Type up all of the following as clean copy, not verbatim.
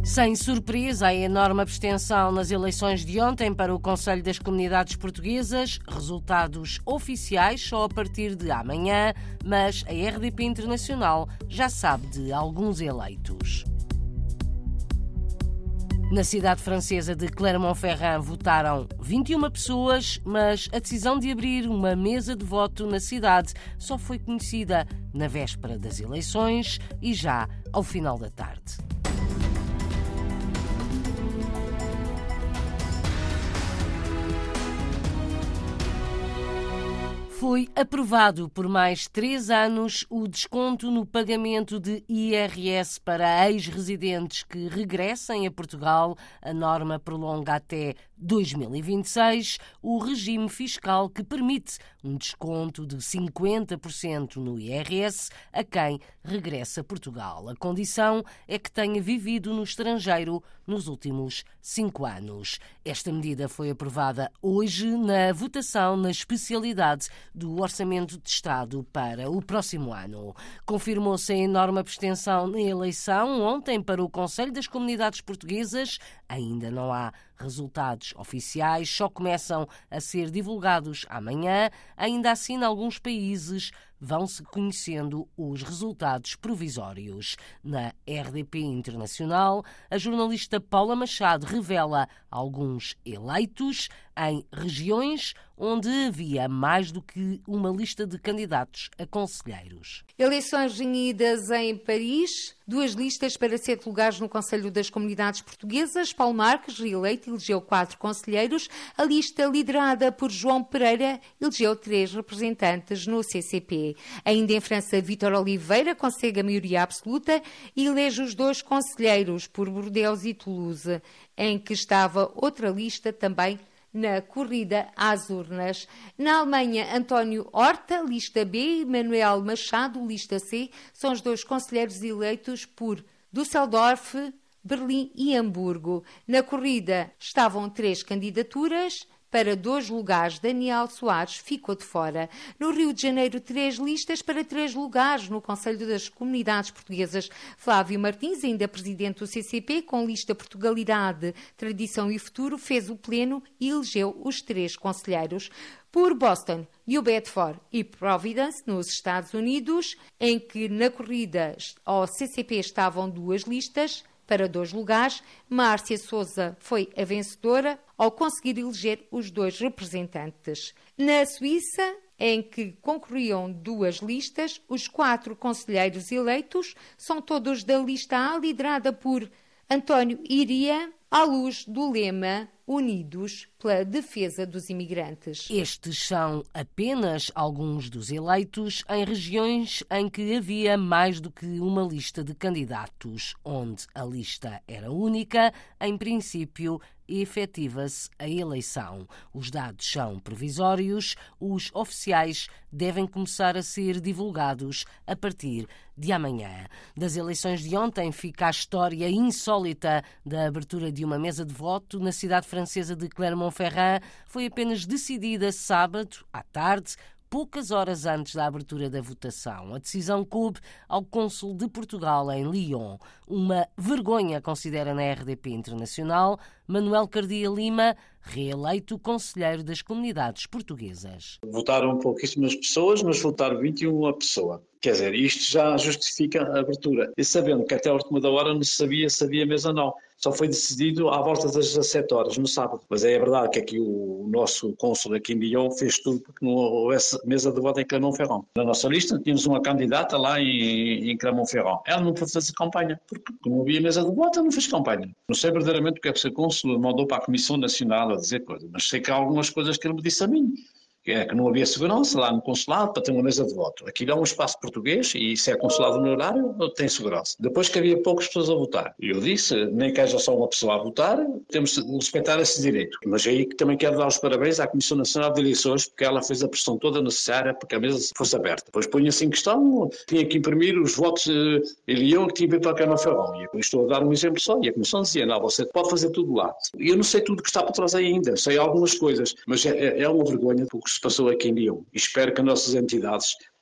Sem surpresa, a enorme abstenção nas eleições de ontem para o Conselho das Comunidades Portuguesas, resultados oficiais só a partir de amanhã, mas a RDP Internacional já sabe de alguns eleitos. Na cidade francesa de Clermont-Ferrand votaram 21 pessoas, mas a decisão de abrir uma mesa de voto na cidade só foi conhecida na véspera das eleições e já ao final da tarde. Foi aprovado por mais 3 anos o desconto no pagamento de IRS para ex-residentes que regressem a Portugal. A norma prolonga até 2026 o regime fiscal que permite um desconto de 50% no IRS a quem regressa a Portugal. A condição é que tenha vivido no estrangeiro nos últimos 5 anos. Esta medida foi aprovada hoje na votação na especialidade do Orçamento de Estado para o próximo ano. Confirmou-se a enorme abstenção na eleição ontem para o Conselho das Comunidades Portuguesas. Ainda não há resultados oficiais, só começam a ser divulgados amanhã. Ainda assim, em alguns países vão-se conhecendo os resultados provisórios. Na RDP Internacional, a jornalista Paula Machado revela alguns eleitos em regiões onde havia mais do que uma lista de candidatos a conselheiros. Eleições renhidas em Paris, 2 listas para 7 lugares no Conselho das Comunidades Portuguesas. Paulo Marques, reeleito, elegeu 4 conselheiros. A lista liderada por João Pereira elegeu 3 representantes no CCP. Ainda em França, Vítor Oliveira consegue a maioria absoluta e elege os 2 conselheiros por Bordeaux e Toulouse, em que estava outra lista também na corrida às urnas. Na Alemanha, António Horta, lista B, e Manuel Machado, lista C, são os 2 conselheiros eleitos por Düsseldorf, Berlim e Hamburgo. Na corrida estavam 3 candidaturas. Para 2 lugares, Daniel Soares ficou de fora. No Rio de Janeiro, 3 listas para 3 lugares no Conselho das Comunidades Portuguesas. Flávio Martins, ainda presidente do CCP, com lista Portugalidade, Tradição e Futuro, fez o pleno e elegeu os 3 conselheiros. Por Boston, New Bedford e Providence, nos Estados Unidos, em que na corrida ao CCP estavam 2 listas para 2 lugares, Márcia Souza foi a vencedora ao conseguir eleger os 2 representantes. Na Suíça, em que concorriam 2 listas, os 4 conselheiros eleitos são todos da lista A, liderada por António Iria, à luz do lema Unidos pela Defesa dos Imigrantes. Estes são apenas alguns dos eleitos em regiões em que havia mais do que uma lista de candidatos, onde a lista era única, em princípio, efetiva-se a eleição. Os dados são provisórios, os oficiais devem começar a ser divulgados a partir de amanhã. Das eleições de ontem fica a história insólita da abertura de uma mesa de voto na cidade francesa de Clermont-Ferrand. Foi apenas decidida sábado à tarde, poucas horas antes da abertura da votação. A decisão coube ao cônsul de Portugal em Lyon. Uma vergonha, considera na RDP Internacional Manuel Cardia Lima, reeleito conselheiro das comunidades portuguesas. Votaram pouquíssimas pessoas, mas votaram 21 pessoas. Quer dizer, isto já justifica a abertura. E sabendo que até a última da hora não se sabia mesmo ou não. Só foi decidido à volta das 17 horas, no sábado. Mas é verdade que aqui o nosso cônsul aqui em Lyon fez tudo porque não houvesse mesa de voto em Clermont-Ferrand. Na nossa lista tínhamos uma candidata lá em Clermont-Ferrand. Ela não pôde fazer campanha, porque não havia mesa de voto, ela não fez campanha. Não sei verdadeiramente o que é que o cônsul mandou para a Comissão Nacional a dizer coisas, mas sei que há algumas coisas que ele me disse a mim. É que não havia segurança lá no consulado para ter uma mesa de voto. Aquilo é um espaço português e se é consulado no horário, tem segurança. Depois que havia poucas pessoas a votar. Eu disse, nem que haja só uma pessoa a votar, temos de respeitar esse direito. Mas aí que também quero dar os parabéns à Comissão Nacional de Eleições, porque ela fez a pressão toda necessária para que a mesa fosse aberta. Depois punha-se em questão, tinha que imprimir os votos em Lyon que tinha para Clermont-Ferrand. E eu estou a dar um exemplo só, e a Comissão dizia, não, você pode fazer tudo lá. E eu não sei tudo que está por trás ainda, sei algumas coisas, mas é uma vergonha porque se passou aqui em Lyon. E espero que as nossas entidades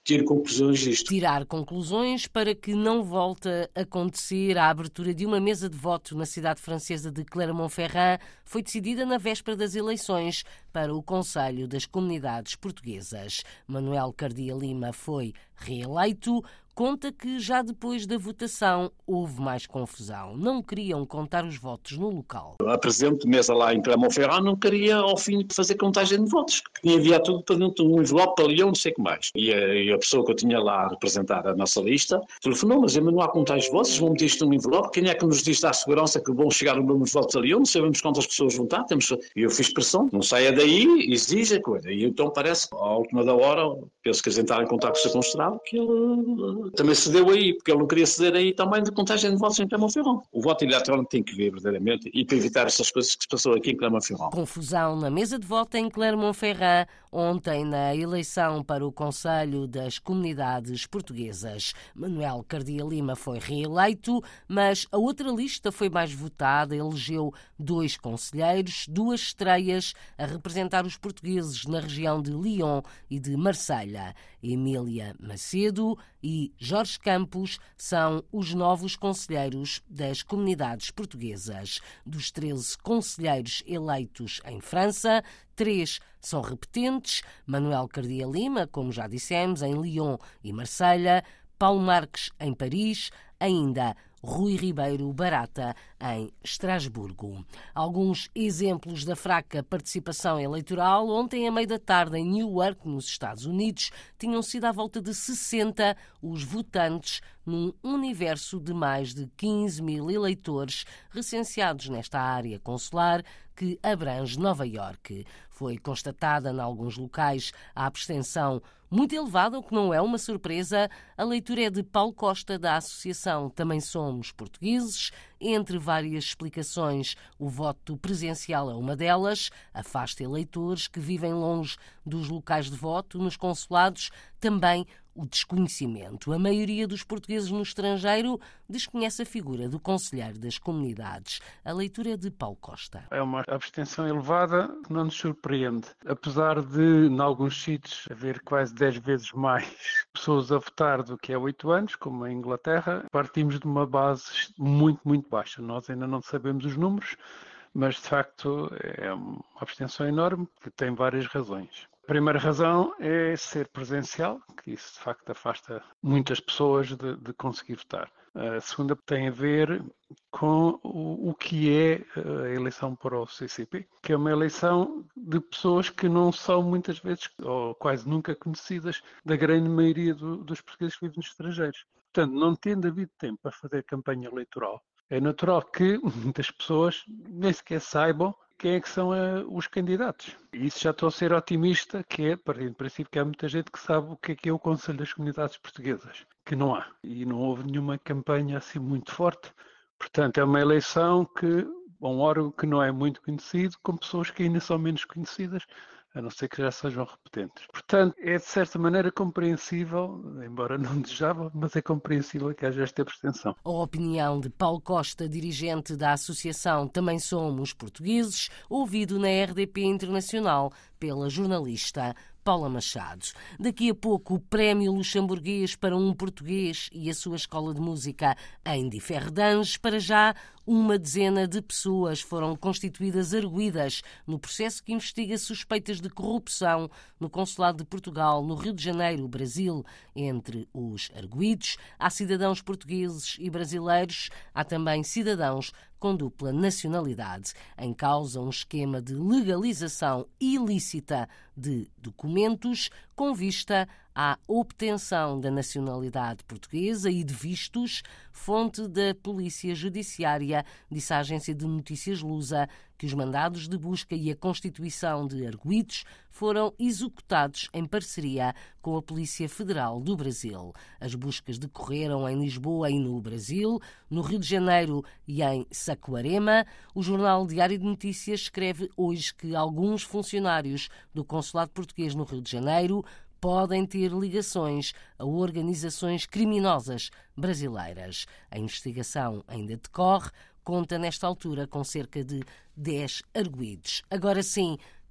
tiro conclusões disto. Tirar conclusões para que não volte a acontecer a abertura de uma mesa de voto na cidade francesa de Clermont-Ferrand foi decidida na véspera das eleições para o Conselho das Comunidades Portuguesas. Manuel Cardia Lima foi reeleito. Conta que já depois da votação houve mais confusão. Não queriam contar os votos no local. A presidente de mesa lá em Clermont-Ferrand não queria, ao fim, fazer contagem de votos. Tinha enviado tudo para dentro de um envelope para Leão, não sei o que mais. E a pessoa que eu tinha lá a representar a nossa lista telefonou, mas não há contagem de votos, vão meter isto num envelope. Quem é que nos diz à segurança que vão chegar os mesmos votos a Leão? Não sabemos quantas pessoas vão estar. E eu fiz pressão, não saia daí, exige a coisa. E então parece, à última da hora, penso que eles entraram em contato com o Sr. Conselheiro, que ele também cedeu aí, porque ele não queria ceder aí também de contagem de votos em Clermont-Ferrand. O voto eletrónico tem que ver, verdadeiramente, e para evitar essas coisas que se passou aqui em Clermont-Ferrand. Confusão na mesa de voto em Clermont-Ferrand, ontem na eleição para o Conselho das Comunidades Portuguesas. Manuel Cardia Lima foi reeleito, mas a outra lista foi mais votada, elegeu 2 conselheiros, 2 estreias a representar os portugueses na região de Lyon e de Marselha. Emília Macedo e Jorge Campos são os novos conselheiros das comunidades portuguesas. Dos 13 conselheiros eleitos em França, 3 são repetentes: Manuel Cardia Lima, como já dissemos, em Lyon e Marselha, Paulo Marques, em Paris, ainda Rui Ribeiro Barata, em Estrasburgo. Alguns exemplos da fraca participação eleitoral. Ontem, à meia da tarde, em Newark, nos Estados Unidos, tinham sido à volta de 60 os votantes num universo de mais de 15 mil eleitores recenseados nesta área consular que abrange Nova Iorque. Foi constatada, em alguns locais, a abstenção muito elevada, o que não é uma surpresa. A leitura é de Paulo Costa, da Associação Também Somos Portugueses. Entre várias explicações, o voto presencial é uma delas. Afasta eleitores que vivem longe dos locais de voto. Nos consulados, também o desconhecimento. A maioria dos portugueses no estrangeiro desconhece a figura do conselheiro das comunidades. A leitura é de Paulo Costa. É uma abstenção elevada que não nos surpreende. Apesar de, em alguns sítios, haver quase 10 vezes mais pessoas a votar do que há 8 anos, como em Inglaterra, partimos de uma base muito, muito baixa. Nós ainda não sabemos os números, mas de facto é uma abstenção enorme que tem várias razões. A primeira razão é ser presencial, que isso de facto afasta muitas pessoas de conseguir votar. A segunda tem a ver com o que é a eleição para o CCP, que é uma eleição de pessoas que não são muitas vezes, ou quase nunca conhecidas, da grande maioria dos portugueses que vivem nos estrangeiros. Portanto, não tendo havido tempo para fazer campanha eleitoral, é natural que muitas pessoas nem sequer saibam quem é que são os candidatos. E isso já estou a ser otimista, que é, partindo do princípio que há muita gente que sabe o que é o Conselho das Comunidades Portuguesas, que não há. E não houve nenhuma campanha assim muito forte. Portanto, é uma eleição que, um órgão que não é muito conhecido, com pessoas que ainda são menos conhecidas, a não ser que já sejam repetentes. Portanto, é de certa maneira compreensível, embora não desejável, mas é compreensível que haja esta abstenção. A opinião de Paulo Costa, dirigente da Associação Também Somos Portugueses, ouvido na RDP Internacional pela jornalista Paula Machado. Daqui a pouco, o Prémio Luxemburguês para um português e a sua escola de música em Differdange. Para já, 1 de pessoas foram constituídas arguidas no processo que investiga suspeitas de corrupção no Consulado de Portugal, no Rio de Janeiro, Brasil. Entre os arguidos, há cidadãos portugueses e brasileiros, há também cidadãos com dupla nacionalidade. Em causa um esquema de legalização ilícita de documentos com vista à obtenção da nacionalidade portuguesa e de vistos, fonte da Polícia Judiciária, disse a agência de notícias Lusa que os mandados de busca e a constituição de arguidos foram executados em parceria com a Polícia Federal do Brasil. As buscas decorreram em Lisboa e no Brasil, no Rio de Janeiro e em Saquarema. O jornal Diário de Notícias escreve hoje que alguns funcionários do Consulado Português no Rio de Janeiro podem ter ligações a organizações criminosas brasileiras. A investigação ainda decorre, conta nesta altura com cerca de 10 arguidos. Agora sim,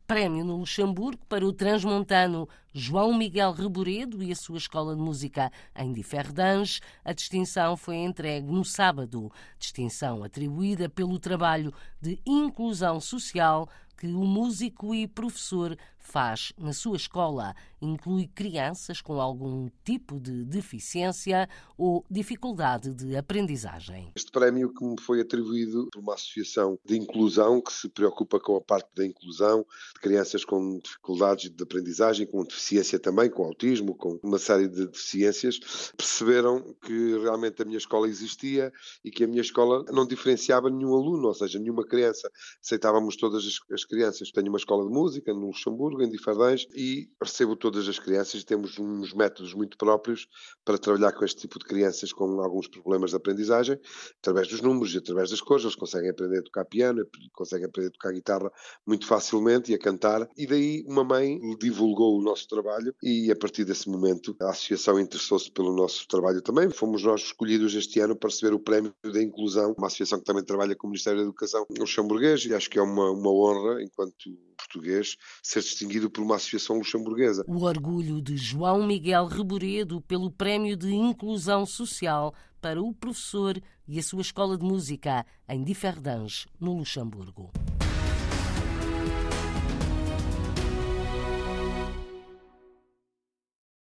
Prémio no Luxemburgo para o transmontano João Miguel Reboredo e a sua Escola de Música em Differdange. A distinção foi entregue no sábado. Distinção atribuída pelo trabalho de inclusão social que o músico e professor faz na sua escola. Inclui crianças com algum tipo de deficiência ou dificuldade de aprendizagem. Este prémio que me foi atribuído por uma associação de inclusão que se preocupa com a parte da inclusão de crianças com dificuldades de aprendizagem, com deficiência também, com autismo, com uma série de deficiências, perceberam que realmente a minha escola existia e que a minha escola não diferenciava nenhum aluno, ou seja, nenhuma criança. Aceitávamos todas as crianças. Tenho uma escola de música no Luxemburgo, em Differdange, e recebo todas as crianças e temos uns métodos muito próprios para trabalhar com este tipo de crianças com alguns problemas de aprendizagem, através dos números e através das cores. Eles conseguem aprender a tocar piano, conseguem aprender a tocar guitarra muito facilmente e a cantar. E daí uma mãe divulgou o nosso trabalho e a partir desse momento a associação interessou-se pelo nosso trabalho também. Fomos nós escolhidos este ano para receber o Prémio da Inclusão, uma associação que também trabalha com o Ministério da Educação luxemburguês, e acho que é uma honra, enquanto português, ser distinguido por uma associação luxemburguesa. O orgulho de João Miguel Reboredo pelo Prémio de Inclusão Social para o professor e a sua Escola de Música em Differdange, no Luxemburgo.